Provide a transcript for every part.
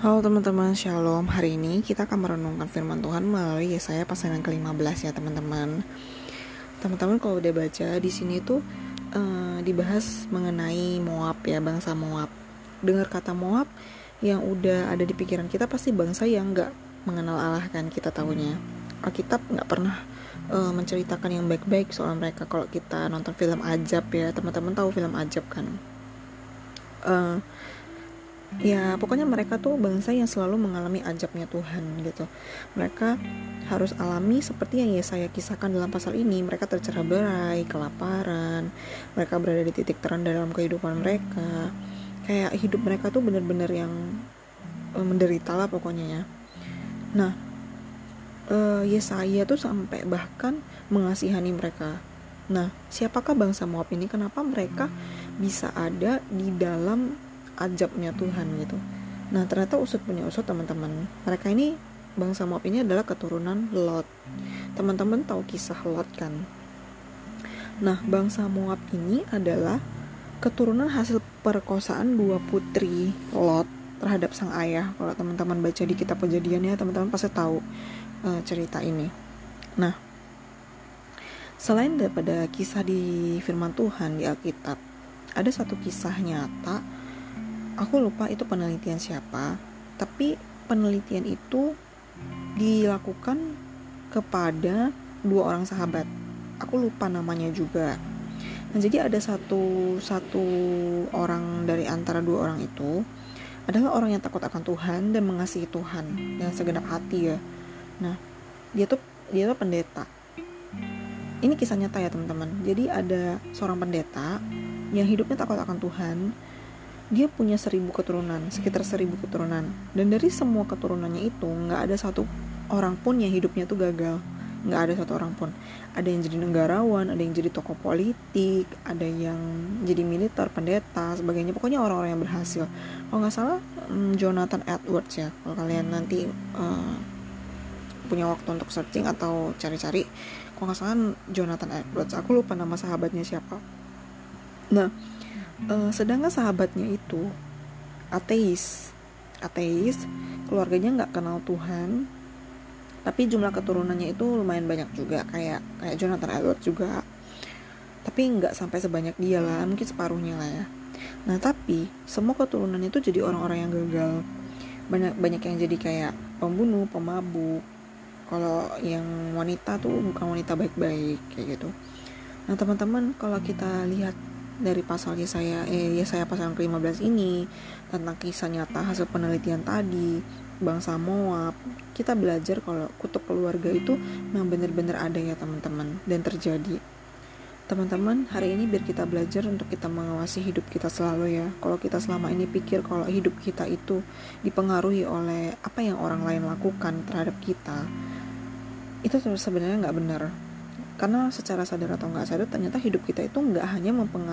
Halo teman-teman, Shalom. Hari ini kita akan merenungkan firman Tuhan melalui Yesaya pasalnya ke-15 ya teman-teman. Teman-teman kalau udah baca di sini tuh dibahas mengenai Moab ya, bangsa Moab. Dengar kata Moab yang udah ada di pikiran kita pasti bangsa yang nggak mengenal Allah kan, kita tahunya. Alkitab nggak pernah menceritakan yang baik-baik soal mereka. Kalau kita nonton film Ajab ya, teman-teman tahu film Ajab kan. Ya pokoknya mereka tuh bangsa yang selalu mengalami ajabnya Tuhan gitu. Mereka harus alami seperti yang Yesaya kisahkan dalam pasal ini. Mereka tercerai-berai, kelaparan, mereka berada di titik terendah dalam kehidupan mereka. Kayak hidup mereka tuh benar-benar yang menderita lah pokoknya ya. Nah Yesaya tuh sampai bahkan mengasihani mereka. Nah siapakah bangsa Moab ini? Kenapa mereka bisa ada di dalam ajabnya Tuhan gitu. Nah ternyata usut punya usut teman-teman, mereka ini bangsa Moab ini adalah keturunan Lot. Teman-teman tahu kisah Lot kan? Nah bangsa Moab ini adalah keturunan hasil perkosaan dua putri Lot terhadap sang ayah. Kalau teman-teman baca di kitab Kejadian ya, teman-teman pasti tahu cerita ini. Nah selain daripada kisah di firman Tuhan di Alkitab, ada satu kisah nyata. Aku lupa itu penelitian siapa, tapi penelitian itu dilakukan kepada dua orang sahabat. Aku lupa namanya juga. Nah, jadi ada satu orang dari antara dua orang itu adalah orang yang takut akan Tuhan dan mengasihi Tuhan dengan segenap hati ya. Nah, dia tuh pendeta. Ini kisah nyata ya teman-teman. Jadi ada seorang pendeta yang hidupnya takut akan Tuhan. Dia punya 1.000 keturunan, sekitar 1.000 keturunan. Dan dari semua keturunannya itu gak ada satu orang pun yang hidupnya tuh gagal. Gak ada satu orang pun. Ada yang jadi negarawan, ada yang jadi tokoh politik, ada yang jadi militer, pendeta, sebagainya. Pokoknya orang-orang yang berhasil. Kalau gak salah Jonathan Edwards ya. Kalau kalian nanti punya waktu untuk searching atau cari-cari, kalau gak salah Jonathan Edwards. Aku lupa nama sahabatnya siapa. Nah sedangkan sahabatnya itu ateis, keluarganya nggak kenal Tuhan, tapi jumlah keturunannya itu lumayan banyak juga, kayak Jonathan Edwards juga, tapi nggak sampai sebanyak dia lah, mungkin separuhnya lah ya. Nah tapi semua keturunan itu jadi orang-orang yang gagal, banyak yang jadi kayak pembunuh, pemabuk. Kalau yang wanita tuh bukan wanita baik-baik kayak gitu. Nah teman-teman, kalau kita lihat dari pasal Yesaya pasal ke-15 ini tentang kisah nyata hasil penelitian tadi bangsa Moab, kita belajar kalau kutuk keluarga itu memang benar-benar ada ya teman-teman, dan terjadi. Teman-teman, hari ini biar kita belajar untuk kita mengawasi hidup kita selalu ya. Kalau kita selama ini pikir kalau hidup kita itu dipengaruhi oleh apa yang orang lain lakukan terhadap kita, itu sebenarnya nggak benar. Karena secara sadar atau nggak sadar ternyata hidup kita itu nggak hanya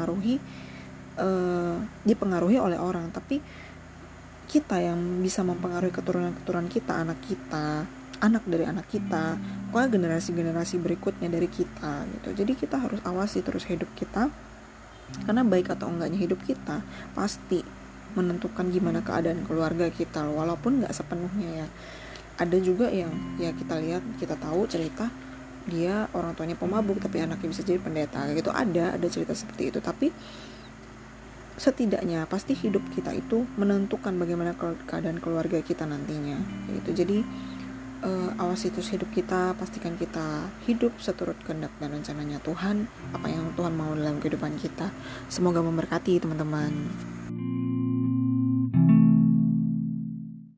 dipengaruhi oleh orang, tapi kita yang bisa mempengaruhi keturunan kita, anak dari anak kita, pokoknya generasi berikutnya dari kita gitu. Jadi kita harus awasi terus hidup kita, karena baik atau enggaknya hidup kita pasti menentukan gimana keadaan keluarga kita, walaupun nggak sepenuhnya ya. Ada juga yang ya kita lihat, kita tahu cerita dia orang tuanya pemabuk tapi anaknya bisa jadi pendeta gitu. Ada cerita seperti itu, tapi setidaknya pasti hidup kita itu menentukan bagaimana keadaan keluarga kita nantinya gitu. Jadi awasi terus hidup kita, pastikan kita hidup seturut kehendak dan rencananya Tuhan, apa yang Tuhan mau dalam kehidupan kita. Semoga memberkati teman-teman.